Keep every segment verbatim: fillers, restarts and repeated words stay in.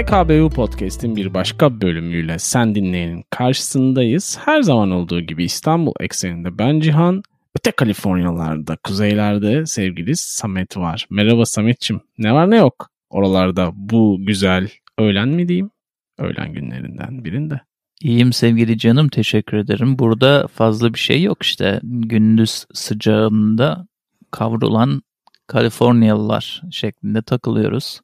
B K B U Podcast'in bir başka bölümüyle sen dinleyenin karşısındayız. Her zaman olduğu gibi İstanbul ekseninde ben Cihan, öte Kaliforniyalarda, kuzeylerde sevgili Samet var. Merhaba Samet'ciğim. Ne var ne yok oralarda bu güzel öğlen mi diyeyim? Öğlen günlerinden birinde. İyiyim sevgili canım, teşekkür ederim. Burada fazla bir şey yok işte. Gündüz sıcağında kavrulan Kaliforniyalılar şeklinde takılıyoruz.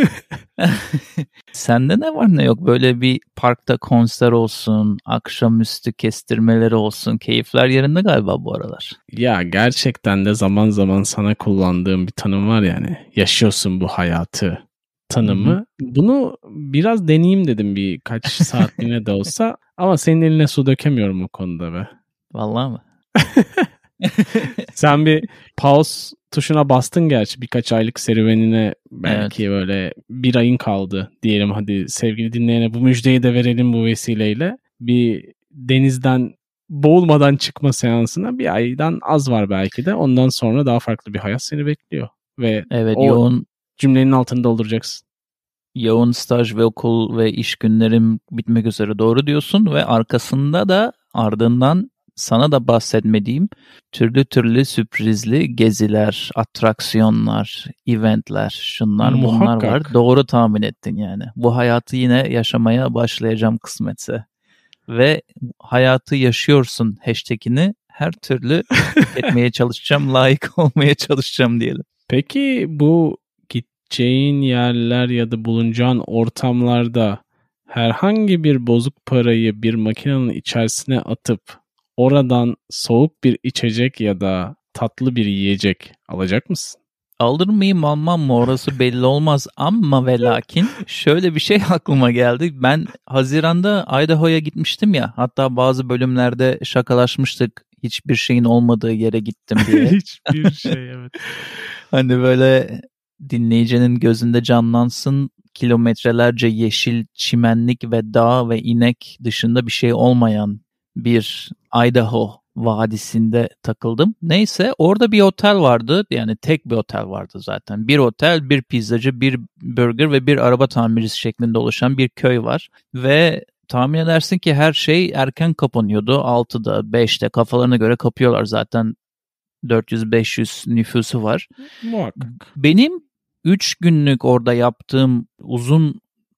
Sende ne var ne yok? Böyle bir parkta konser olsun, akşamüstü kestirmeleri olsun. Keyifler yerinde galiba bu aralar. Ya gerçekten de zaman zaman sana kullandığım bir tanım var yani. Yaşıyorsun bu hayatı tanımı. Hı-hı. Bunu biraz deneyeyim dedim birkaç saatliğine de olsa. Ama senin eline su dökemiyorum o konuda be. Vallahi mı? Sen bir pause tuşuna bastın gerçi birkaç aylık serüvenine belki, evet. Böyle bir ayın kaldı diyelim, hadi sevgili dinleyene bu müjdeyi de verelim bu vesileyle. Bir denizden boğulmadan çıkma seansına bir aydan az var belki de, ondan sonra daha farklı bir hayat seni bekliyor ve evet, o yoğun cümlenin altını dolduracaksın. Yoğun staj ve okul ve iş günlerim bitmek üzere, doğru diyorsun, ve arkasında da ardından sana da bahsetmediğim türlü türlü sürprizli geziler, atraksiyonlar, eventler, şunlar Muhakkak. bunlar var. Doğru tahmin ettin yani. Bu hayatı yine yaşamaya başlayacağım kısmetse. Ve hayatı yaşıyorsun hashtagini her türlü etmeye çalışacağım, layık olmaya çalışacağım diyelim. Peki bu gideceğin yerler ya da bulunacağın ortamlarda herhangi bir bozuk parayı bir makinenin içerisine atıp oradan soğuk bir içecek ya da tatlı bir yiyecek alacak mısın? Alır mıyım almam mı orası belli olmaz ama ve lakin şöyle bir şey aklıma geldi. Ben Haziran'da Idaho'ya gitmiştim ya, hatta bazı bölümlerde şakalaşmıştık, hiçbir şeyin olmadığı yere gittim diye. Hiçbir şey, evet. Hani böyle dinleyicinin gözünde canlansın, kilometrelerce yeşil çimenlik ve dağ ve inek dışında bir şey olmayan bir Idaho vadisinde takıldım. Neyse, orada bir otel vardı. Yani tek bir otel vardı zaten. Bir otel, bir pizzacı, bir burger ve bir araba tamircisi şeklinde oluşan bir köy var. Ve tahmin edersin ki her şey erken kapanıyordu. altıda, beşte kafalarına göre kapıyorlar zaten. dört yüz beş yüz nüfusu var. Muhakkak. Benim üç günlük orada yaptığım uzun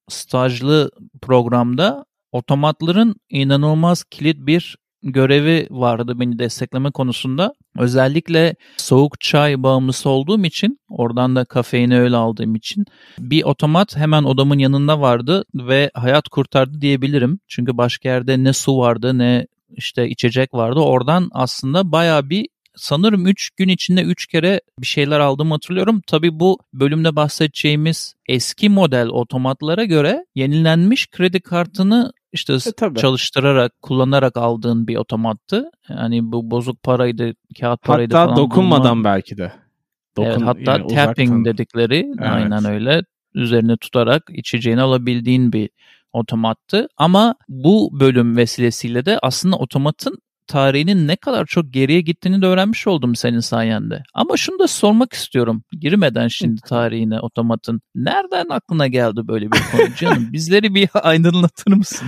stajlı programda otomatların inanılmaz kilit bir görevi vardı beni destekleme konusunda. Özellikle soğuk çay bağımlısı olduğum için, oradan da kafeini öyle aldığım için bir otomat hemen odamın yanında vardı ve hayat kurtardı diyebilirim. Çünkü başka yerde ne su vardı ne işte içecek vardı. Oradan aslında bayağı bir, sanırım üç gün içinde üç kere bir şeyler aldığımı hatırlıyorum. Tabii bu bölümde bahsedeceğimiz eski model otomatlara göre yenilenmiş kredi kartını işte e, çalıştırarak, kullanarak aldığın bir otomattı. Yani bu bozuk paraydı, kağıt paraydı hatta falan. Hatta dokunmadan bulma. belki de. Dokun, evet, hatta yani tapping uzaktan dedikleri, evet. Aynen öyle. Üzerine tutarak içeceğini alabildiğin bir otomattı. Ama bu bölüm vesilesiyle de aslında otomatın tarihinin ne kadar çok geriye gittiğini de öğrenmiş oldum senin sayende. Ama şunu da sormak istiyorum, girmeden şimdi tarihine otomatın. Nereden aklına geldi böyle bir konu canım? Bizleri bir aydınlatır mısın?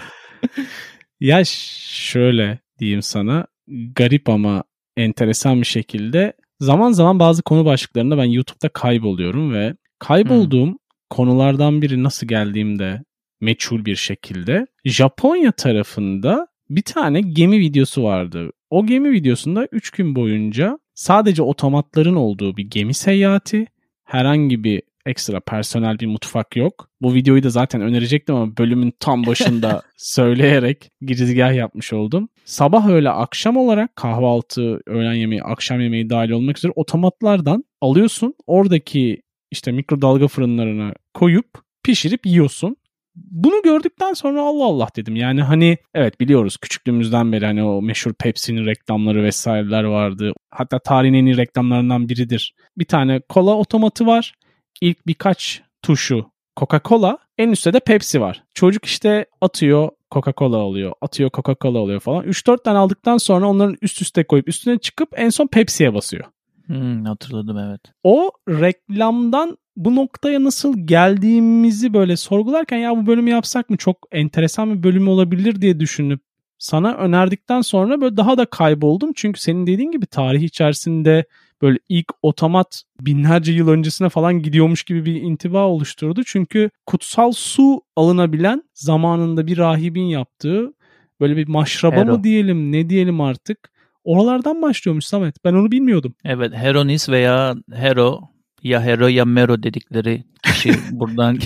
Ya şöyle diyeyim sana, garip ama enteresan bir şekilde zaman zaman bazı konu başlıklarında ben YouTube'da kayboluyorum ve kaybolduğum hmm. konulardan biri nasıl geldiğimde meçhul bir şekilde Japonya tarafında bir tane gemi videosu vardı. O gemi videosunda üç gün boyunca sadece otomatların olduğu bir gemi seyahati, herhangi bir ekstra personel bir mutfak yok. Bu videoyu da zaten önerecektim ama bölümün tam başında söyleyerek girizgah yapmış oldum. Sabah öğle akşam olarak kahvaltı, öğlen yemeği, akşam yemeği dahil olmak üzere otomatlardan alıyorsun. Oradaki işte mikrodalga fırınlarına koyup pişirip yiyorsun. Bunu gördükten sonra Allah Allah dedim. Yani hani evet, biliyoruz küçüklüğümüzden beri hani o meşhur Pepsi'nin reklamları vesaireler vardı. Hatta tarihin en iyi reklamlarından biridir. Bir tane kola otomatı var. İlk birkaç tuşu Coca-Cola, en üstte de Pepsi var. Çocuk işte atıyor, Coca-Cola alıyor, atıyor, Coca-Cola alıyor falan. üç dört tane aldıktan sonra onların üst üste koyup üstüne çıkıp en son Pepsi'ye basıyor. Hmm, hatırladım, evet. O reklamdan bu noktaya nasıl geldiğimizi böyle sorgularken ya bu bölümü yapsak mı, çok enteresan bir bölüm olabilir diye düşünüp sana önerdikten sonra böyle daha da kayboldum. Çünkü senin dediğin gibi tarih içerisinde böyle ilk otomat binlerce yıl öncesine falan gidiyormuş gibi bir intiba oluşturdu. Çünkü kutsal su alınabilen, zamanında bir rahibin yaptığı böyle bir maşraba Hero. mı diyelim, ne diyelim artık. Oralardan başlıyormuş Samet. Ben onu bilmiyordum. Evet, Heronis veya Hero, ya Hero ya Mero dedikleri kişi buradan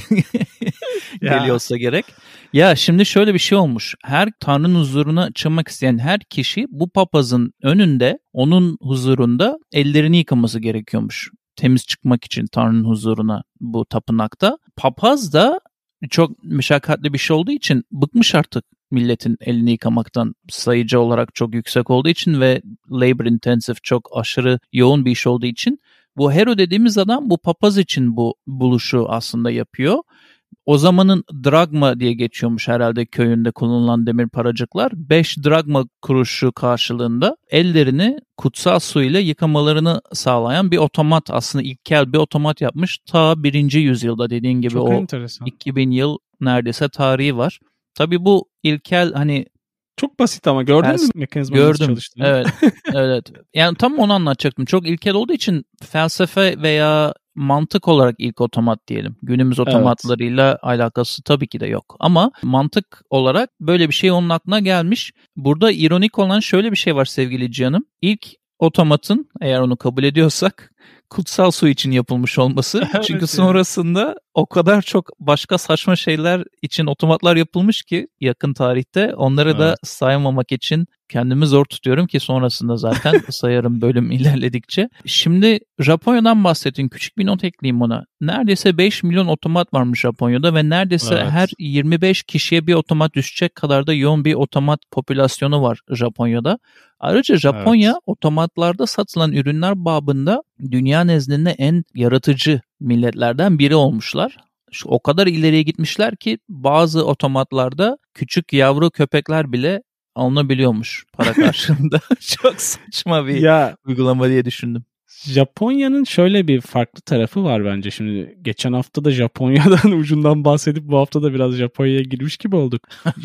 geliyorsa gerek. Ya şimdi şöyle bir şey olmuş. Her Tanrı'nın huzuruna çıkmak isteyen her kişi bu papazın önünde, onun huzurunda ellerini yıkaması gerekiyormuş. Temiz çıkmak için Tanrı'nın huzuruna bu tapınakta. Papaz da çok meşakkatli bir şey olduğu için bıkmış artık milletin elini yıkamaktan, sayıcı olarak çok yüksek olduğu için ve labor intensive, çok aşırı yoğun bir iş olduğu için. Bu Hero dediğimiz adam bu papaz için bu buluşu aslında yapıyor. O zamanın dragma diye geçiyormuş herhalde köyünde kullanılan demir paracıklar. beş dragma kuruşu karşılığında ellerini kutsal su ile yıkamalarını sağlayan bir otomat, aslında ilkel bir otomat yapmış. Ta birinci yüzyılda dediğin gibi. Çok o enteresan. iki bin yıl neredeyse tarihi var. Tabii bu ilkel, hani çok basit ama gördün fels- mü mekanizmanın nasıl çalıştığını? Evet, evet. Yani tam onu anlatacaktım. Çok ilkel olduğu için felsefe veya mantık olarak ilk otomat diyelim. Günümüz otomatlarıyla evet. alakası tabii ki de yok. Ama mantık olarak böyle bir şey onun aklına gelmiş. Burada ironik olan şöyle bir şey var sevgili Cihan'ım. İlk otomatın, eğer onu kabul ediyorsak, kutsal su için yapılmış olması. Evet, çünkü sonrasında yani. O kadar çok başka saçma şeyler için otomatlar yapılmış ki yakın tarihte, onları evet. da saymamak için kendimi zor tutuyorum ki sonrasında zaten sayarım bölüm ilerledikçe. Şimdi Japonya'dan bahsettin. Küçük bir not ekleyeyim ona. Neredeyse beş milyon otomat varmış Japonya'da ve neredeyse evet. her yirmi beş kişiye bir otomat düşecek kadar da yoğun bir otomat popülasyonu var Japonya'da. Ayrıca Japonya evet. otomatlarda satılan ürünler babında dünya nezdinde en yaratıcı milletlerden biri olmuşlar. Şu, o kadar ileriye gitmişler ki bazı otomatlarda küçük yavru köpekler bile alınabiliyormuş para karşılığında. Çok saçma bir ya, uygulama diye düşündüm. Japonya'nın şöyle bir farklı tarafı var bence. Şimdi geçen hafta da Japonya'dan ucundan bahsedip bu hafta da biraz Japonya'ya girmiş gibi olduk.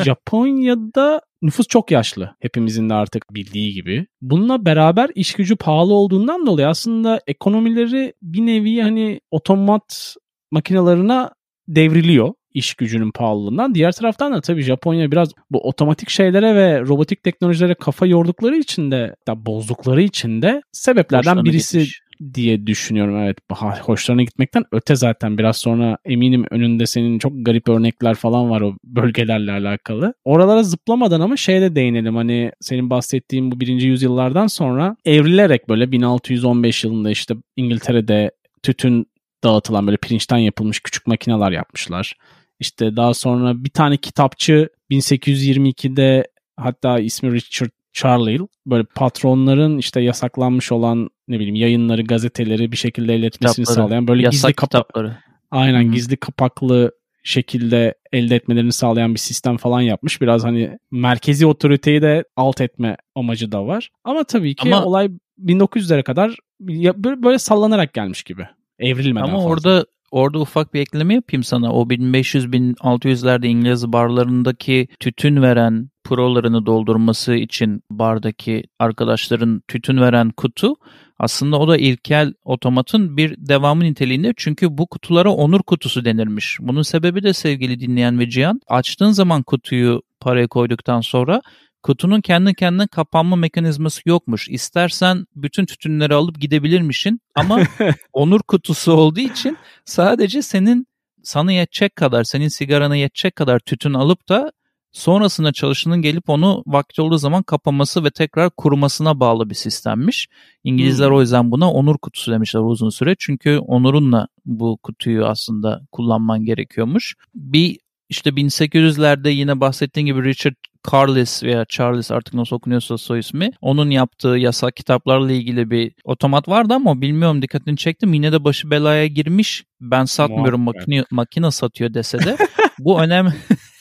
Japonya'da nüfus çok yaşlı. Hepimizin de artık bildiği gibi. Bununla beraber iş gücü pahalı olduğundan dolayı aslında ekonomileri bir nevi hani otomat makinelerine devriliyor iş gücünün pahalılığından. Diğer taraftan da tabii Japonya biraz bu otomatik şeylere ve robotik teknolojilere kafa yordukları için de, da bozdukları için de sebeplerden hoşlarına birisi gitmiş diye düşünüyorum. Evet, hoşlarına gitmekten öte zaten biraz sonra eminim önünde senin çok garip örnekler falan var o bölgelerle alakalı. Oralara zıplamadan ama şeye de değinelim, hani senin bahsettiğin bu birinci yüzyıllardan sonra evrilerek böyle bin altı yüz on beş yılında işte İngiltere'de tütün dağıtılan böyle pirinçten yapılmış küçük makineler yapmışlar. İşte daha sonra bir tane kitapçı bin sekiz yüz yirmi ikide, hatta ismi Richard Carlyle, böyle patronların işte yasaklanmış olan ne bileyim yayınları, gazeteleri bir şekilde elde etmesini kitapları, sağlayan böyle gizli kapa- Aynen hmm. gizli kapaklı şekilde elde etmelerini sağlayan bir sistem falan yapmış. Biraz hani merkezi otoriteyi de alt etme amacı da var. Ama tabii ki Ama... olay bin dokuz yüzlere kadar böyle sallanarak gelmiş gibi. Evrilmeden Ama fazla. orada orada ufak bir ekleme yapayım sana. O bin beş yüz bin altı yüzlerde İngiliz barlarındaki tütün veren prolarını doldurması için bardaki arkadaşların tütün veren kutu, aslında o da ilkel otomatın bir devamı niteliğinde. Çünkü bu kutulara onur kutusu denirmiş. Bunun sebebi de sevgili dinleyen ve Cihan, açtığın zaman kutuyu paraya koyduktan sonra kutunun kendi kendine kapanma mekanizması yokmuş. İstersen bütün tütünleri alıp gidebilirmişsin ama onur kutusu olduğu için sadece senin sana yetecek kadar, senin sigarana yetecek kadar tütün alıp da sonrasında çalışanın gelip onu vakti olduğu zaman kapaması ve tekrar kurumasına bağlı bir sistemmiş. İngilizler hmm. o yüzden buna onur kutusu demişler uzun süre. Çünkü onurunla bu kutuyu aslında kullanman gerekiyormuş. Bir işte bin sekiz yüzlerde yine bahsettiğim gibi Richard Carlyle veya Charles, artık nasıl okunuyorsa soy ismi, onun yaptığı yasak kitaplarla ilgili bir otomat vardı ama bilmiyorum, dikkatini çektim. Yine de başı belaya girmiş. Ben satmıyorum, makine, makine satıyor dese de bu önemli.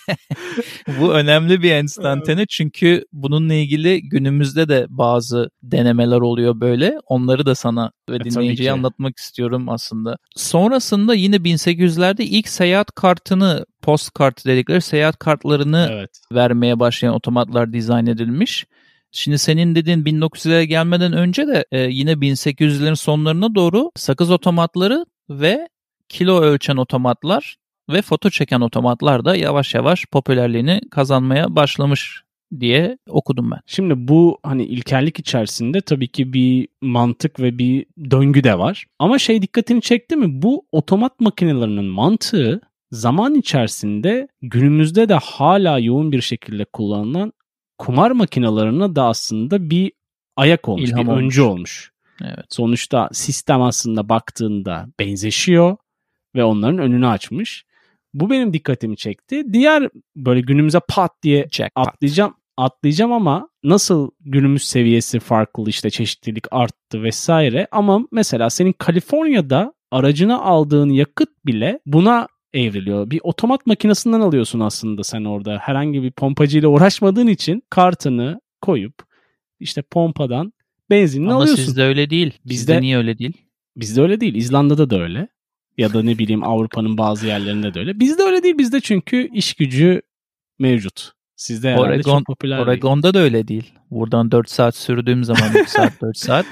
Bu önemli bir enstantane çünkü bununla ilgili günümüzde de bazı denemeler oluyor böyle. Onları da sana ve e, dinleyiciye anlatmak istiyorum aslında. Sonrasında yine bin sekiz yüzlerde ilk seyahat kartını, post kart dedikleri seyahat kartlarını evet. vermeye başlayan otomatlar dizayn edilmiş. Şimdi senin dediğin bin dokuz yüzlere gelmeden önce de e, yine bin sekiz yüzlerin sonlarına doğru sakız otomatları ve kilo ölçen otomatlar ve foto çeken otomatlar da yavaş yavaş popülerliğini kazanmaya başlamış diye okudum ben. Şimdi bu hani ilkellik içerisinde tabii ki bir mantık ve bir döngü de var. Ama şey dikkatini çekti mi? Bu otomat makinelerinin mantığı zaman içerisinde günümüzde de hala yoğun bir şekilde kullanılan kumar makinelerine de aslında bir ayak olmuş, İlham bir olmuş. öncü olmuş. Evet. Sonuçta sistem aslında baktığında benzeşiyor ve onların önünü açmış. Bu benim dikkatimi çekti. Diğer böyle günümüze pat diye Jackpot. atlayacağım atlayacağım ama nasıl günümüz seviyesi farklı, işte çeşitlilik arttı vesaire, ama mesela senin Kaliforniya'da aracına aldığın yakıt bile buna evriliyor. Bir otomat makinesinden alıyorsun aslında sen orada. Herhangi bir pompacıyla uğraşmadığın için kartını koyup işte pompadan benzinini ama alıyorsun. Ama sizde öyle değil. Bizde, sizde niye öyle değil? Bizde öyle değil. İzlanda'da da öyle. Ya da ne bileyim Avrupa'nın bazı yerlerinde de öyle. Bizde öyle değil. Bizde çünkü iş gücü mevcut. Sizde herhalde Oregon, çok popüler Oregon'da değil. da öyle değil. Buradan dört saat sürdüğüm zaman üç saat dört saat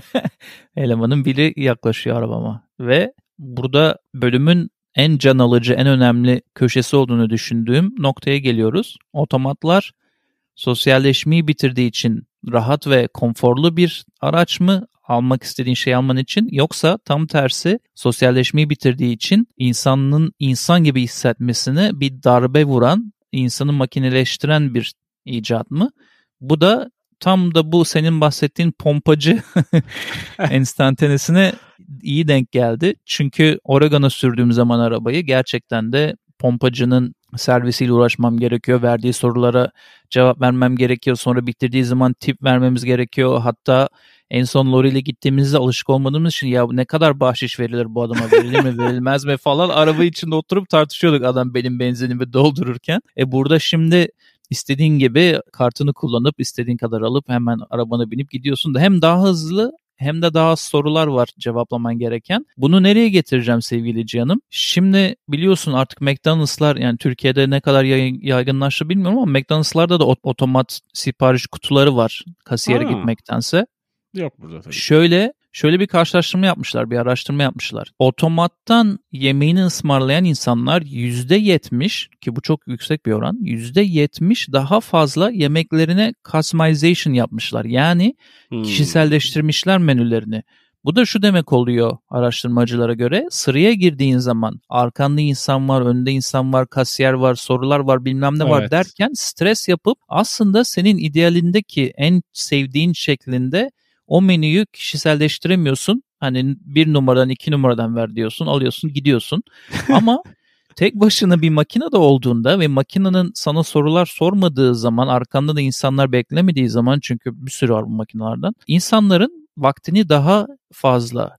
elemanın biri yaklaşıyor arabama. Ve burada bölümün en can alıcı, en önemli köşesi olduğunu düşündüğüm noktaya geliyoruz. Otomatlar sosyalleşmeyi bitirdiği için rahat ve konforlu bir araç mı almak istediğin şeyi alman için, yoksa tam tersi sosyalleşmeyi bitirdiği için insanın insan gibi hissetmesine bir darbe vuran, insanı makineleştiren bir icat mı? Bu da tam da bu senin bahsettiğin pompacı enstantanesine iyi denk geldi. Çünkü Oregon'a sürdüğüm zaman arabayı gerçekten de pompacının servisiyle uğraşmam gerekiyor. Verdiği sorulara cevap vermem gerekiyor. Sonra bitirdiği zaman tip vermemiz gerekiyor. Hatta en son Lori ile gittiğimizde alışık olmadığımız için ya ne kadar bahşiş verilir bu adama, verilir mi verilmez mi falan araba içinde oturup tartışıyorduk adam benim benzinimi doldururken. E burada şimdi istediğin gibi kartını kullanıp istediğin kadar alıp hemen arabana binip gidiyorsun da hem daha hızlı hem de daha az sorular var cevaplaman gereken. Bunu nereye getireceğim sevgili Cihan'ım? Şimdi biliyorsun artık McDonald'slar, yani Türkiye'de ne kadar yaygınlaştı bilmiyorum ama McDonald'slarda da otomat sipariş kutuları var kasiyere ha. gitmektense. Yok burada tabii. Şöyle şöyle bir karşılaştırma yapmışlar, bir araştırma yapmışlar. Otomattan yemeğini ısmarlayan insanlar yüzde yetmiş, ki bu çok yüksek bir oran, yüzde yetmiş daha fazla yemeklerine customization yapmışlar. Yani hmm. kişiselleştirmişler menülerini. Bu da şu demek oluyor araştırmacılara göre: sıraya girdiğin zaman arkanda insan var, önde insan var, kasiyer var, sorular var, bilmem ne var evet. derken stres yapıp aslında senin idealindeki en sevdiğin şeklinde o menüyü kişiselleştiremiyorsun. Hani bir numaradan iki numaradan ver diyorsun, alıyorsun, gidiyorsun. Ama tek başına bir makinede olduğunda ve makinenin sana sorular sormadığı zaman, arkanda da insanlar beklemediği zaman, çünkü bir sürü var bu makinelerden, insanların vaktini daha fazla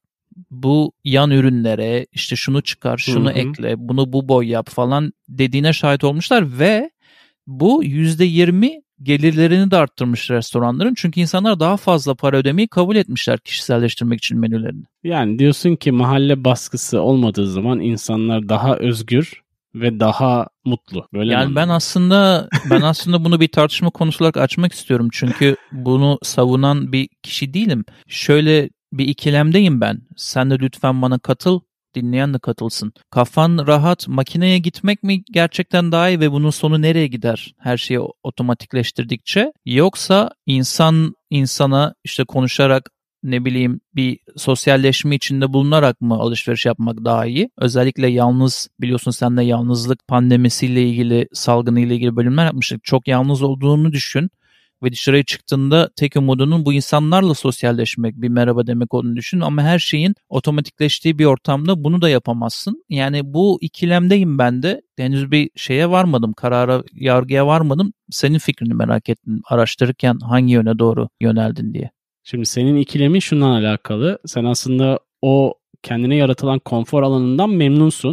bu yan ürünlere, işte şunu çıkar, şunu hı hı. ekle, bunu bu boy yap falan dediğine şahit olmuşlar ve bu yüzde yirmi gelirlerini de arttırmış restoranların. Çünkü insanlar daha fazla para ödemeyi kabul etmişler kişiselleştirmek için menülerini. Yani diyorsun ki mahalle baskısı olmadığı zaman insanlar daha özgür ve daha mutlu. Böyle yani ben aslında ben aslında bunu bir tartışma konusu olarak açmak istiyorum. Çünkü bunu savunan bir kişi değilim. Şöyle bir ikilemdeyim ben. Sen de lütfen bana katıl. Dinleyen de katılsın. Kafan rahat, makineye gitmek mi gerçekten daha iyi ve bunun sonu nereye gider her şeyi otomatikleştirdikçe? Yoksa insan insana işte konuşarak, ne bileyim, bir sosyalleşme içinde bulunarak mı alışveriş yapmak daha iyi? Özellikle yalnız, biliyorsun sen de yalnızlık pandemisiyle ilgili, salgınıyla ilgili bölümler yapmıştık. Çok yalnız olduğunu düşün. Ve dışarıya çıktığında tek umudunun bu insanlarla sosyalleşmek, bir merhaba demek olduğunu düşün. Ama her şeyin otomatikleştiği bir ortamda bunu da yapamazsın. Yani bu ikilemdeyim ben de. Henüz bir şeye varmadım, karara, yargıya varmadım. Senin fikrini merak ettim araştırırken hangi yöne doğru yöneldin diye. Şimdi senin ikilemin şundan alakalı. Sen aslında o kendine yaratılan konfor alanından memnunsun.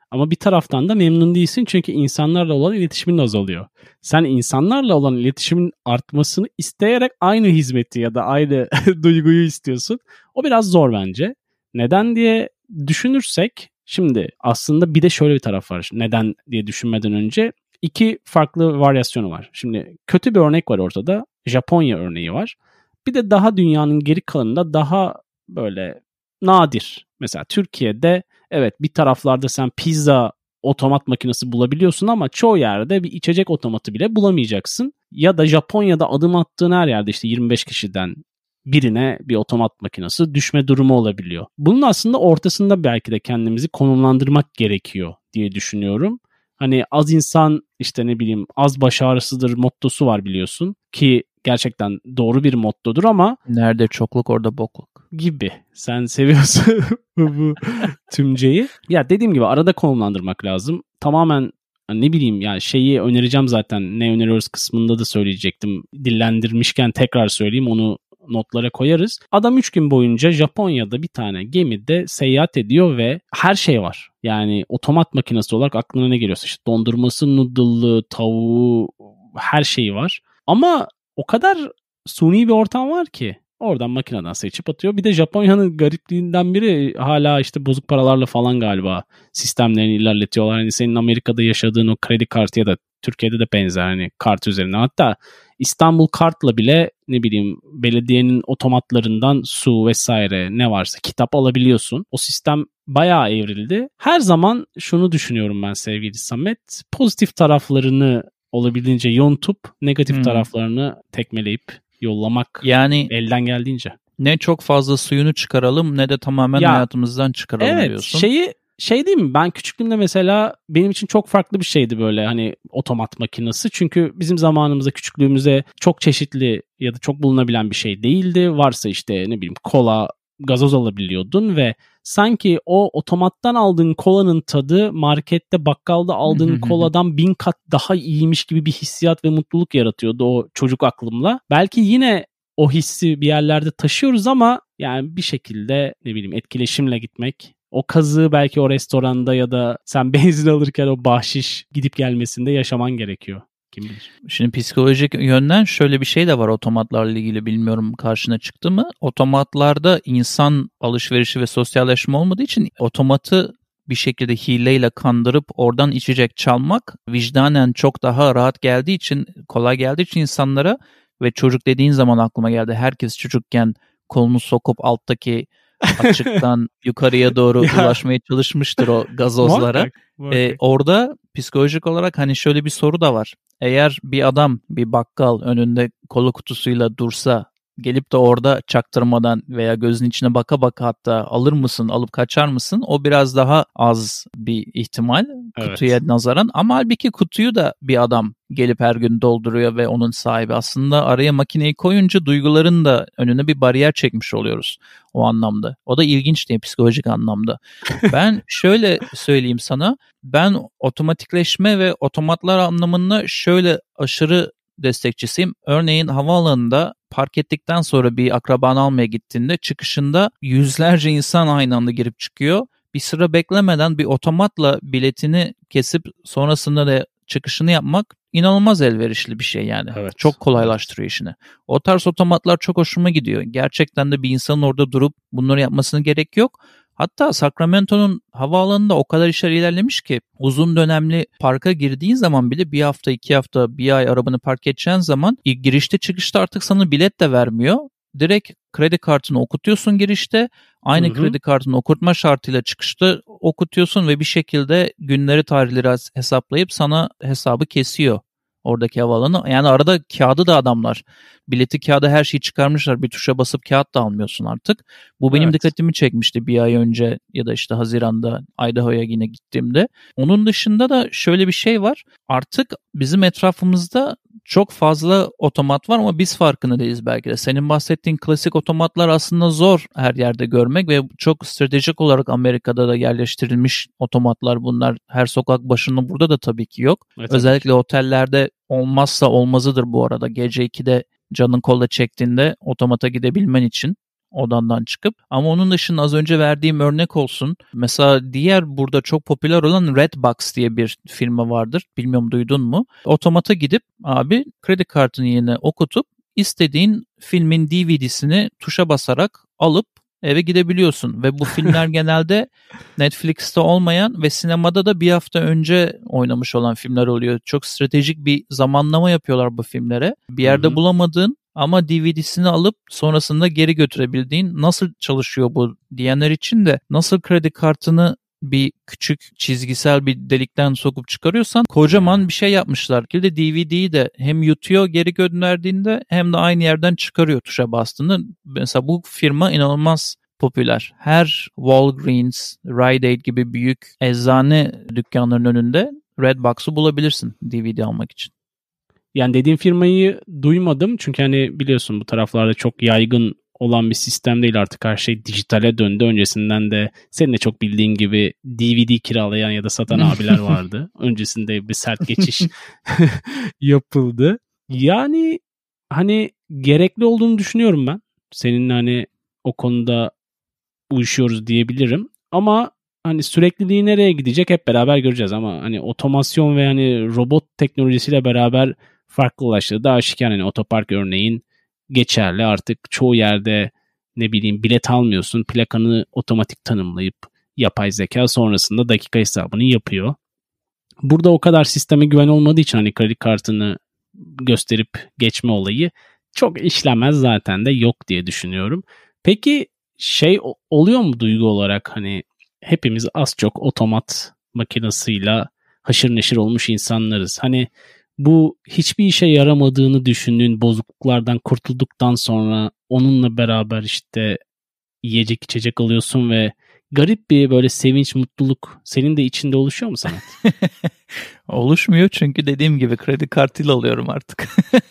Ama bir taraftan da memnun değilsin çünkü insanlarla olan iletişimin azalıyor. Sen insanlarla olan iletişimin artmasını isteyerek aynı hizmeti ya da aynı duyguyu istiyorsun. O biraz zor bence. Neden diye düşünürsek, şimdi aslında bir de şöyle bir taraf var. Neden diye düşünmeden önce iki farklı varyasyonu var. Şimdi kötü bir örnek var ortada. Japonya örneği var. Bir de daha dünyanın geri kalanında daha böyle nadir. Mesela Türkiye'de evet bir taraflarda sen pizza otomat makinesi bulabiliyorsun ama çoğu yerde bir içecek otomatı bile bulamayacaksın. Ya da Japonya'da adım attığın her yerde işte yirmi beş kişiden birine bir otomat makinesi düşme durumu olabiliyor. Bunun aslında ortasında belki de kendimizi konumlandırmak gerekiyor diye düşünüyorum. Hani az insan işte ne bileyim az baş ağrısıdır mottosu var biliyorsun ki gerçekten doğru bir mottodur ama nerede çokluk orada bokluk gibi. Sen seviyorsun bu tümceyi. Ya dediğim gibi arada konumlandırmak lazım. Tamamen ne bileyim ya şeyi önereceğim zaten ne öneriyoruz kısmında da söyleyecektim. Dillendirmişken tekrar söyleyeyim onu notlara koyarız. Adam üç gün boyunca Japonya'da bir tane gemide seyahat ediyor ve her şey var. Yani otomat makinesi olarak aklına ne geliyorsa işte dondurması, noodle'lı, tavuğu her şeyi var. Ama o kadar suni bir ortam var ki oradan makineden seçip atıyor. Bir de Japonya'nın garipliğinden biri hala işte bozuk paralarla falan galiba sistemlerini ilerletiyorlar. Hani senin Amerika'da yaşadığın o kredi kartı ya da Türkiye'de de benzer hani kart üzerinden. Hatta İstanbul Kart'la bile ne bileyim belediyenin otomatlarından su vesaire ne varsa kitap alabiliyorsun. O sistem bayağı evrildi. Her zaman şunu düşünüyorum ben sevgili Samet. Pozitif taraflarını olabildiğince yontup negatif hmm. taraflarını tekmeleyip yollamak yani elden geldiğince. Ne çok fazla suyunu çıkaralım ne de tamamen ya, hayatımızdan çıkaralım evet, diyorsun. Evet şeyi şey değil mi ben küçüklüğümde mesela benim için çok farklı bir şeydi böyle hani otomat makinesi. Çünkü bizim zamanımızda küçüklüğümüzde çok çeşitli ya da çok bulunabilen bir şey değildi. Varsa işte ne bileyim kola, gazoz alabiliyordun ve sanki o otomattan aldığın kolanın tadı markette bakkalda aldığın koladan bin kat daha iyiymiş gibi bir hissiyat ve mutluluk yaratıyordu o çocuk aklımla. Belki yine o hissi bir yerlerde taşıyoruz ama yani bir şekilde ne bileyim etkileşimle gitmek, o kazığı belki o restoranda ya da sen benzin alırken o bahşiş gidip gelmesinde yaşaman gerekiyor. Kim bilir. Şimdi psikolojik yönden şöyle bir şey de var otomatlarla ilgili, bilmiyorum karşına çıktı mı? Otomatlarda insan alışverişi ve sosyalleşme olmadığı için otomatı bir şekilde hileyle kandırıp oradan içecek çalmak vicdanen çok daha rahat geldiği için, kolay geldiği için insanlara ve çocuk dediğin zaman aklıma geldi. Herkes çocukken kolunu sokup alttaki açıktan yukarıya doğru ya. ulaşmaya çalışmıştır o gazozlara. Muhakkak, muhakkak. Ee, orada psikolojik olarak hani şöyle bir soru da var. Eğer bir adam, bir bakkal önünde kola kutusuyla dursa, gelip de orada çaktırmadan veya gözün içine baka baka hatta alır mısın, alıp kaçar mısın? O biraz daha az bir ihtimal evet. kutuya nazaran. Ama halbuki kutuyu da bir adam gelip her gün dolduruyor ve onun sahibi. Aslında araya makineyi koyunca duyguların da önüne bir bariyer çekmiş oluyoruz o anlamda. O da ilginç değil psikolojik anlamda. Ben şöyle söyleyeyim sana. Ben otomatikleşme ve otomatlar anlamında şöyle aşırı destekçisiyim. Örneğin havaalanında park ettikten sonra bir akrabanı almaya gittiğinde çıkışında yüzlerce insan aynı anda girip çıkıyor. Bir sıra beklemeden bir otomatla biletini kesip sonrasında da çıkışını yapmak inanılmaz elverişli bir şey yani. Evet. Çok kolaylaştırıyor işini. O tarz otomatlar çok hoşuma gidiyor. Gerçekten de bir insanın orada durup bunları yapmasına gerek yok. Hatta Sacramento'nun havaalanında o kadar işler ilerlemiş ki uzun dönemli parka girdiğin zaman bile bir hafta, iki hafta, bir ay arabanı park edeceğin zaman girişte çıkışta artık sana bilet de vermiyor. Direkt kredi kartını okutuyorsun girişte. Aynı hı hı. kredi kartını okutma şartıyla çıkışta okutuyorsun ve bir şekilde günleri, tarihleri hesaplayıp sana hesabı kesiyor oradaki havaalanı. Yani arada kağıdı da adamlar, bileti, kağıdı, her şeyi çıkarmışlar. Bir tuşa basıp kağıt da almıyorsun artık. Bu benim evet. dikkatimi çekmişti bir ay önce ya da işte Haziran'da Idaho'ya yine gittiğimde. Onun dışında da şöyle bir şey var. Artık bizim etrafımızda çok fazla otomat var ama biz farkında değiliz belki de. Senin bahsettiğin klasik otomatlar aslında zor her yerde görmek ve çok stratejik olarak Amerika'da da yerleştirilmiş otomatlar bunlar. Her sokak başında burada da tabii ki yok. Evet, özellikle evet. otellerde olmazsa olmazıdır bu arada. Gece ikide canın kola çektiğinde otomata gidebilmen için. odandan çıkıp. Ama onun dışında az önce verdiğim örnek olsun. Mesela diğer burada çok popüler olan Redbox diye bir firma vardır. Bilmiyorum duydun mu? Otomata gidip abi kredi kartını yerine okutup istediğin filmin D V D'sini tuşa basarak alıp eve gidebiliyorsun. Ve bu filmler genelde Netflix'te olmayan ve sinemada da bir hafta önce oynamış olan filmler oluyor. Çok stratejik bir zamanlama yapıyorlar bu filmlere. Bir yerde Hı-hı. bulamadığın ama D V D'sini alıp sonrasında geri götürebildiğin, nasıl çalışıyor bu diyenler için de nasıl kredi kartını bir küçük çizgisel bir delikten sokup çıkarıyorsan kocaman bir şey yapmışlar ki de D V D'yi de hem yutuyor geri gönderdiğinde hem de aynı yerden çıkarıyor tuşa bastığında. Mesela bu firma inanılmaz popüler. Her Walgreens, Rite Aid gibi büyük eczane dükkanlarının önünde Redbox'u bulabilirsin D V D almak için. Yani dediğim firmayı duymadım çünkü hani biliyorsun bu taraflarda çok yaygın olan bir sistem değil, artık her şey dijitale döndü. Öncesinden de senin de çok bildiğin gibi D V D kiralayan ya da satan abiler vardı. Öncesinde bir sert geçiş yapıldı. Yani hani gerekli olduğunu düşünüyorum ben. Seninle hani o konuda uyuşuyoruz diyebilirim. Ama hani sürekliliği nereye gidecek hep beraber göreceğiz ama hani otomasyon ve hani robot teknolojisiyle beraber farklılaştığı da aşikar. Hani otopark örneğin geçerli. Artık çoğu yerde ne bileyim bilet almıyorsun. Plakanı otomatik tanımlayıp yapay zeka sonrasında dakika hesabını yapıyor. Burada o kadar sisteme güven olmadığı için hani kredi kartını gösterip geçme olayı çok işlemez, zaten de yok diye düşünüyorum. Peki şey oluyor mu duygu olarak, hani hepimiz az çok otomat makinesiyle haşır neşir olmuş insanlarız. Hani bu hiçbir işe yaramadığını düşündüğün bozukluklardan kurtulduktan sonra onunla beraber işte yiyecek içecek alıyorsun ve garip bir böyle sevinç, mutluluk senin de içinde oluşuyor mu Samet? Oluşmuyor çünkü dediğim gibi kredi kartıyla alıyorum artık.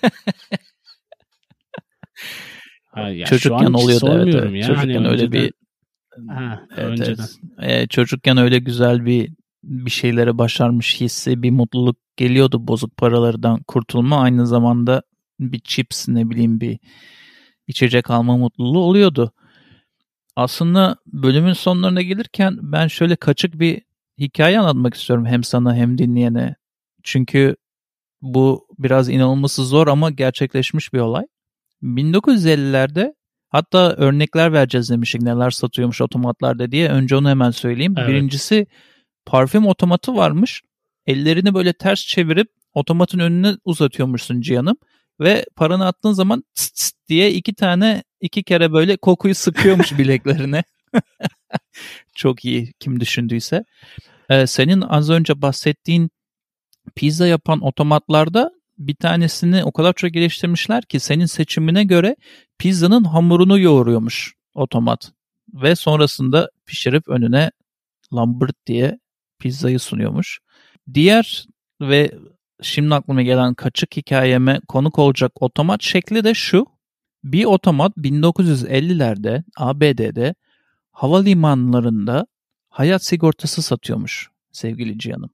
Ha, ya çocukken oluyordu evet. evet. Ya. Çocukken hani öyle önceden... bir ha, evet, önceden. Evet. Ee, çocukken öyle güzel bir bir şeylere başarmış hissi, bir mutluluk geliyordu, bozuk paralardan kurtulma, aynı zamanda bir chips, ne bileyim bir içecek alma mutluluğu oluyordu. Aslında bölümün sonlarına gelirken ben şöyle kaçık bir hikaye anlatmak istiyorum hem sana hem dinleyene. Çünkü bu biraz inanılması zor ama gerçekleşmiş bir olay. bin dokuz yüz ellilerde, hatta örnekler vereceğiz demiştik neler satıyormuş otomatlarda diye. Önce onu hemen söyleyeyim. Evet. Birincisi, parfüm otomatı varmış. Ellerini böyle ters çevirip otomatın önüne uzatıyormuşsun Cihan'ım. Ve paranı attığın zaman tıs tıs diye iki tane iki kere böyle kokuyu sıkıyormuş bileklerine. Çok iyi, kim düşündüyse. Ee, senin az önce bahsettiğin pizza yapan otomatlarda bir tanesini o kadar çok geliştirmişler ki senin seçimine göre pizzanın hamurunu yoğuruyormuş otomat. Ve sonrasında pişirip önüne lambırt diye pizzayı sunuyormuş. Diğer ve şimdi aklıma gelen kaçık hikayeme konuk olacak otomat şekli de şu. Bir otomat bin dokuz yüz ellilerde A B D'de havalimanlarında hayat sigortası satıyormuş sevgili Cihan'ım.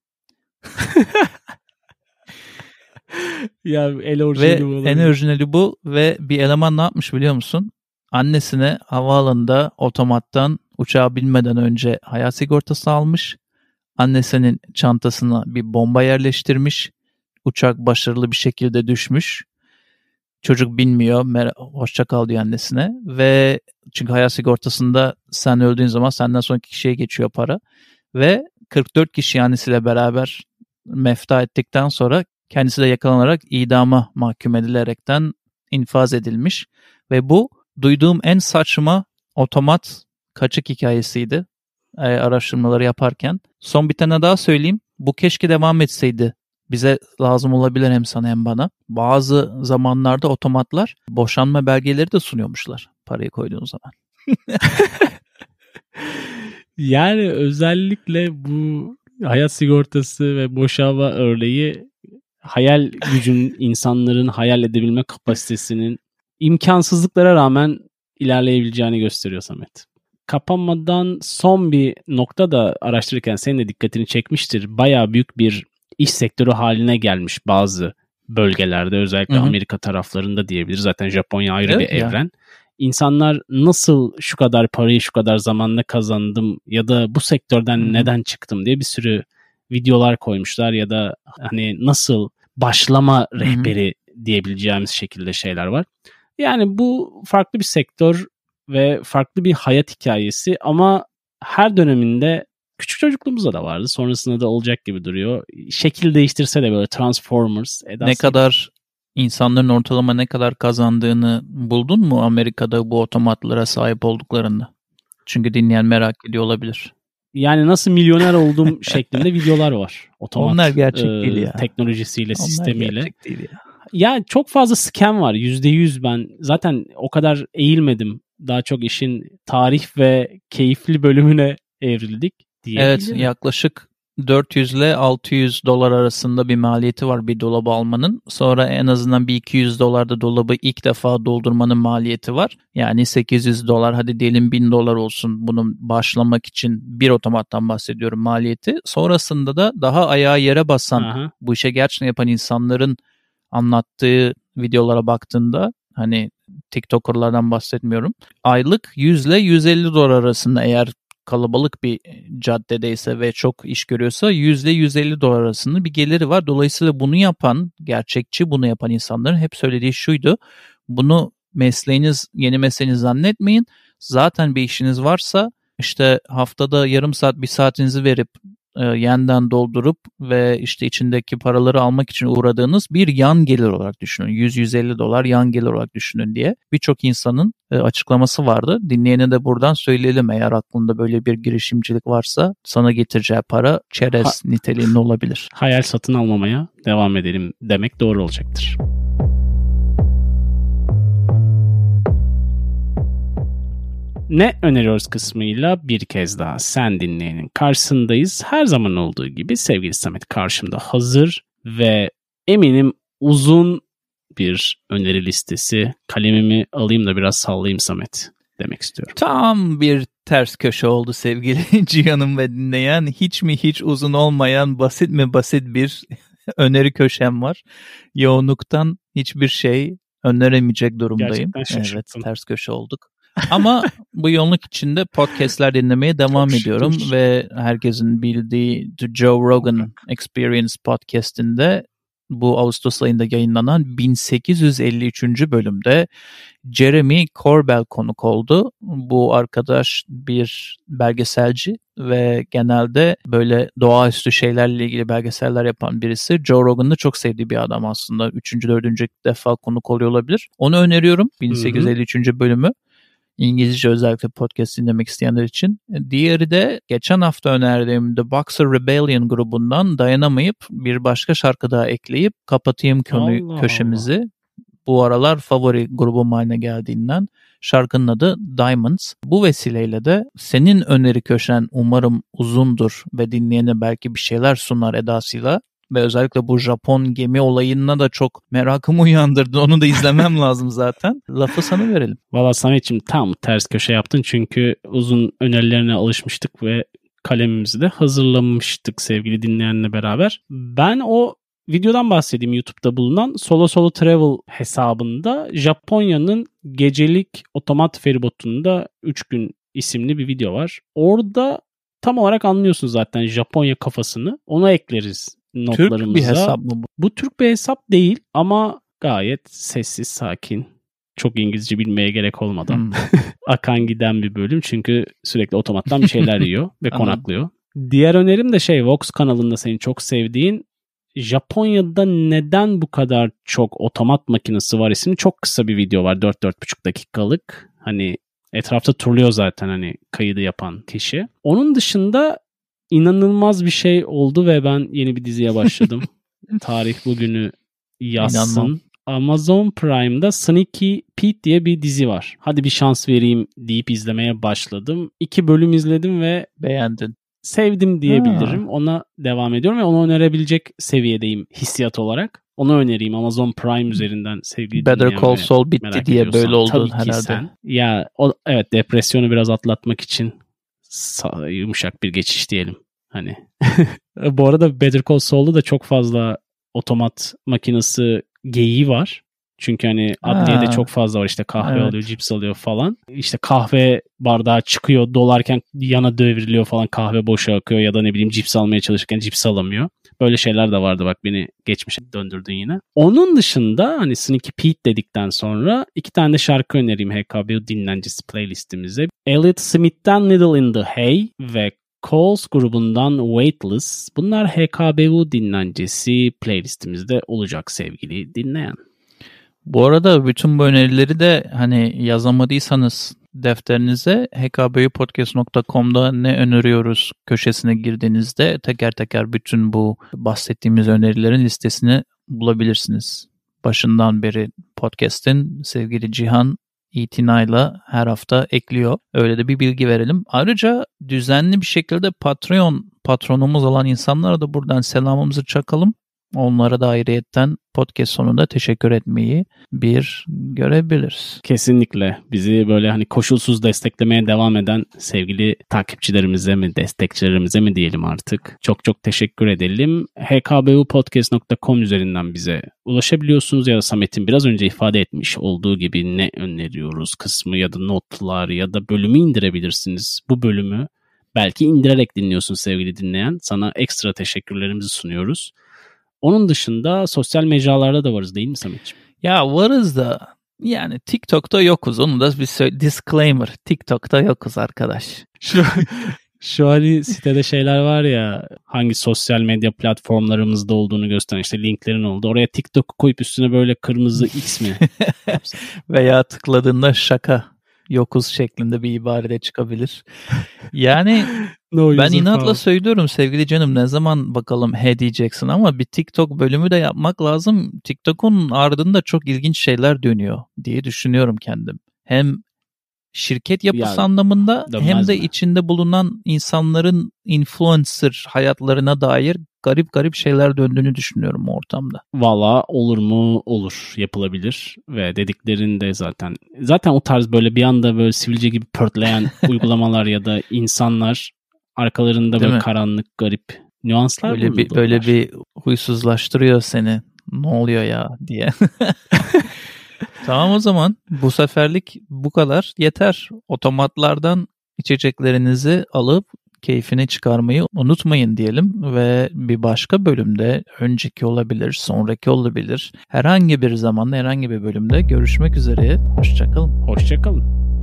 Ya el orijinali bu. Ve en orijinali bu ve bir eleman ne yapmış biliyor musun? Annesine havaalanında otomattan uçağa binmeden önce hayat sigortası almış. Annesinin çantasına bir bomba yerleştirmiş. Uçak başarılı bir şekilde düşmüş. Çocuk bilmiyor. Mer- hoşça kal diyor annesine. Ve çünkü hayat sigortasında sen öldüğün zaman senden sonraki kişiye geçiyor para. Ve kırk dört kişi annesiyle beraber mefta ettikten sonra kendisi de yakalanarak idama mahkum edilerekten infaz edilmiş. Ve bu duyduğum en saçma otomat kaçık hikayesiydi. E, araştırmaları yaparken. Son bir tane daha söyleyeyim. Bu keşke devam etseydi. Bize lazım olabilir hem sana hem bana. Bazı zamanlarda otomatlar boşanma belgeleri de sunuyormuşlar parayı koyduğun zaman. Yani özellikle bu hayat sigortası ve boşanma örneği hayal gücün, insanların hayal edebilme kapasitesinin imkansızlıklara rağmen ilerleyebileceğini gösteriyor Samet. Kapanmadan son bir nokta da araştırırken senin de dikkatini çekmiştir. Bayağı büyük bir iş sektörü haline gelmiş bazı bölgelerde, özellikle hı hı. Amerika taraflarında diyebiliriz. Zaten Japonya ayrı evet bir ya. evren. insanlar nasıl şu kadar parayı şu kadar zamanda kazandım ya da bu sektörden hmm. neden çıktım diye bir sürü videolar koymuşlar ya da hani nasıl başlama rehberi hmm. diyebileceğimiz şekilde şeyler var. Yani bu farklı bir sektör ve farklı bir hayat hikayesi ama her döneminde küçük çocukluğumuzda da vardı. Sonrasında da olacak gibi duruyor. Şekil değiştirse de böyle Transformers edası. Ne kadar insanların ortalama ne kadar kazandığını buldun mu Amerika'da bu otomatlara sahip olduklarında? Çünkü dinleyen merak ediyor olabilir. Yani nasıl milyoner olduğum şeklinde videolar var. Otomat Onlar gerçek e, değil ya. teknolojisiyle, Onlar sistemiyle. gerçek değil ya. Ya çok fazla scam var. yüzde yüz ben zaten o kadar eğilmedim. Daha çok işin tarih ve keyifli bölümüne evrildik diyebilirim. Evet, yaklaşık dört yüz ile altı yüz dolar arasında bir maliyeti var bir dolabı almanın. Sonra en azından bir iki yüz dolar da dolabı ilk defa doldurmanın maliyeti var. Yani sekiz yüz dolar, hadi diyelim bin dolar olsun bunun başlamak için, bir otomattan bahsediyorum, maliyeti. Sonrasında da daha ayağı yere basan, Aha. bu işe gerçekten yapan insanların anlattığı videolara baktığında, hani TikToker'lardan bahsetmiyorum, aylık yüz ile yüz elli dolar arasında, eğer kalabalık bir caddedeyse ve çok iş görüyorsa yüz ile yüz elli dolar arasında bir geliri var. Dolayısıyla bunu yapan, gerçekçi bunu yapan insanların hep söylediği şuydu: bunu mesleğiniz, yeni mesleğiniz zannetmeyin. Zaten bir işiniz varsa işte haftada yarım saat, bir saatinizi verip e, yeniden doldurup ve işte içindeki paraları almak için uğradığınız bir yan gelir olarak düşünün. yüz yüz elli dolar yan gelir olarak düşünün diye birçok insanın e, açıklaması vardı. Dinleyene de buradan söyleyelim, eğer aklında böyle bir girişimcilik varsa sana getireceği para çerez ha, niteliğinde olabilir. Hayal satın almamaya devam edelim demek doğru olacaktır. Ne öneriyoruz kısmıyla bir kez daha sen dinleyenin karşısındayız. Her zaman olduğu gibi sevgili Samet karşımda hazır ve eminim uzun bir öneri listesi. Kalemimi alayım da biraz sallayayım Samet demek istiyorum. Tam bir ters köşe oldu sevgili Cihan'ım ve dinleyen. Hiç mi hiç uzun olmayan, basit mi basit bir öneri köşem var. Yoğunluktan hiçbir şey öneremeyecek durumdayım. Evet, ters köşe olduk. Ama bu yoğunluk içinde podcastler dinlemeye devam Çok ediyorum şükür. Ve herkesin bildiği The Joe Rogan Experience podcastinde bu Ağustos ayında yayınlanan bin sekiz yüz elli üçüncü bölümde Jeremy Corbell konuk oldu. Bu arkadaş bir belgeselci ve genelde böyle doğaüstü şeylerle ilgili belgeseller yapan birisi. Joe Rogan'ın da çok sevdiği bir adam aslında. Üçüncü, dördüncü defa konuk oluyor olabilir. Onu öneriyorum, bin sekiz yüz elli üçüncü bölümü. İngilizce özellikle podcast dinlemek isteyenler için. Diğeri de geçen hafta önerdiğim The Boxer Rebellion grubundan dayanamayıp bir başka şarkı daha ekleyip kapatayım konu Allah köşemizi. Allah. Bu aralar favori grubum haline geldiğinden şarkının adı Diamonds. Bu vesileyle de senin öneri köşen umarım uzundur ve dinleyene belki bir şeyler sunar edasıyla ve özellikle bu Japon gemi olayına da çok merakımı uyandırdı. Onu da izlemem lazım zaten. Lafı sana verelim. Valla Samet'ciğim tam ters köşe yaptın çünkü uzun önerilerine alışmıştık ve kalemimizi de hazırlamıştık sevgili dinleyenle beraber. Ben o videodan bahsedeyim, YouTube'da bulunan Solo Solo Travel hesabında Japonya'nın gecelik otomat feribotunda üç gün isimli bir video var. Orada tam olarak anlıyorsun zaten Japonya kafasını. Ona ekleriz notlarımıza. Türk bir hesap mı bu? Bu Türk bir hesap değil ama gayet sessiz, sakin. Çok İngilizce bilmeye gerek olmadan hmm. akan giden bir bölüm. Çünkü sürekli otomattan bir şeyler yiyor ve konaklıyor. Diğer önerim de şey, Vox kanalında senin çok sevdiğin Japonya'da neden bu kadar çok otomat makinesi var isimli çok kısa bir video var. dört dört buçuk dakikalık. Hani etrafta turluyor zaten hani kaydı yapan kişi. Onun dışında inanılmaz bir şey oldu ve ben yeni bir diziye başladım. Tarih bugünü yazsın. İnanmam. Amazon Prime'da Sneaky Pete diye bir dizi var. Hadi bir şans vereyim deyip izlemeye başladım. İki bölüm izledim ve beğendin. Sevdim diyebilirim. Ha. Ona devam ediyorum ve onu önerebilecek seviyedeyim hissiyat olarak. Onu önereyim Amazon Prime üzerinden sevgili Better Call Saul bitti diye böyle oldu tabii herhalde. Ki sen. Ya o, evet, depresyonu biraz atlatmak için yumuşak bir geçiş diyelim. Hani bu arada Better Call Saul'da da çok fazla otomat makinesi geyiği var. Çünkü hani adliyede Ha. çok fazla var, işte kahve Evet. alıyor, cips alıyor falan. İşte kahve bardağı çıkıyor, dolarken yana devriliyor falan, kahve boşa akıyor ya da ne bileyim cips almaya çalışırken cips alamıyor. Böyle şeyler de vardı, bak beni geçmişe döndürdün yine. Onun dışında hani Sneaky Pete dedikten sonra iki tane de şarkı önereyim H K B U dinlencesi playlistimize. Elliott Smith'ten Needle in the Hay ve Coles grubundan Weightless. Bunlar H K B U dinlencesi playlistimizde olacak sevgili dinleyen. Bu arada bütün bu önerileri de hani yazamadıysanız defterinize h k b u podcast nokta com'da ne öneriyoruz köşesine girdiğinizde teker teker bütün bu bahsettiğimiz önerilerin listesini bulabilirsiniz. Başından beri podcast'in sevgili Cihan itinayla her hafta ekliyor. Öyle de bir bilgi verelim. Ayrıca düzenli bir şekilde Patreon patronumuz olan insanlara da buradan selamımızı çakalım. Onlara da ayrıyetten podcast sonunda teşekkür etmeyi bir görebiliriz. Kesinlikle bizi böyle hani koşulsuz desteklemeye devam eden sevgili takipçilerimize mi, destekçilerimize mi diyelim artık. Çok çok teşekkür edelim. h k b u podcast nokta com üzerinden bize ulaşabiliyorsunuz ya da Samet'in biraz önce ifade etmiş olduğu gibi ne öneriyoruz kısmı ya da notlar ya da bölümü indirebilirsiniz. Bu bölümü belki indirerek dinliyorsun sevgili dinleyen. Sana ekstra teşekkürlerimizi sunuyoruz. Onun dışında sosyal mecralarda da varız değil mi Samet'ciğim? Ya varız da yani TikTok'ta yokuz. Onu da bir söyle, disclaimer. TikTok'ta yokuz arkadaş. Şu, şu hani sitede şeyler var ya, hangi sosyal medya platformlarımızda olduğunu gösteren işte linklerin oldu. Oraya TikTok'u koyup üstüne böyle kırmızı X mi? Veya tıkladığında şaka yokuz şeklinde bir ibare çıkabilir. Yani no ben inatla falan. söylüyorum sevgili canım, ne zaman bakalım he diyeceksin ama bir TikTok bölümü de yapmak lazım. TikTok'un ardında çok ilginç şeyler dönüyor diye düşünüyorum kendim. Hem şirket yapısı Ya, anlamında hem de mi? içinde bulunan insanların influencer hayatlarına dair garip garip şeyler döndüğünü düşünüyorum o ortamda. Valla olur mu? Olur. Yapılabilir. Ve dediklerinde zaten zaten o tarz böyle bir anda böyle sivilce gibi pörtleyen uygulamalar ya da insanlar arkalarında Değil böyle mi? karanlık garip nüanslar Böyle bir böyle bir huysuzlaştırıyor seni. Ne oluyor ya diye. Tamam, o zaman bu seferlik bu kadar yeter. Otomatlardan içeceklerinizi alıp keyfini çıkarmayı unutmayın diyelim ve bir başka bölümde, önceki olabilir, sonraki olabilir, herhangi bir zamanda, herhangi bir bölümde görüşmek üzere. Hoşça kalın. Hoşça kalın.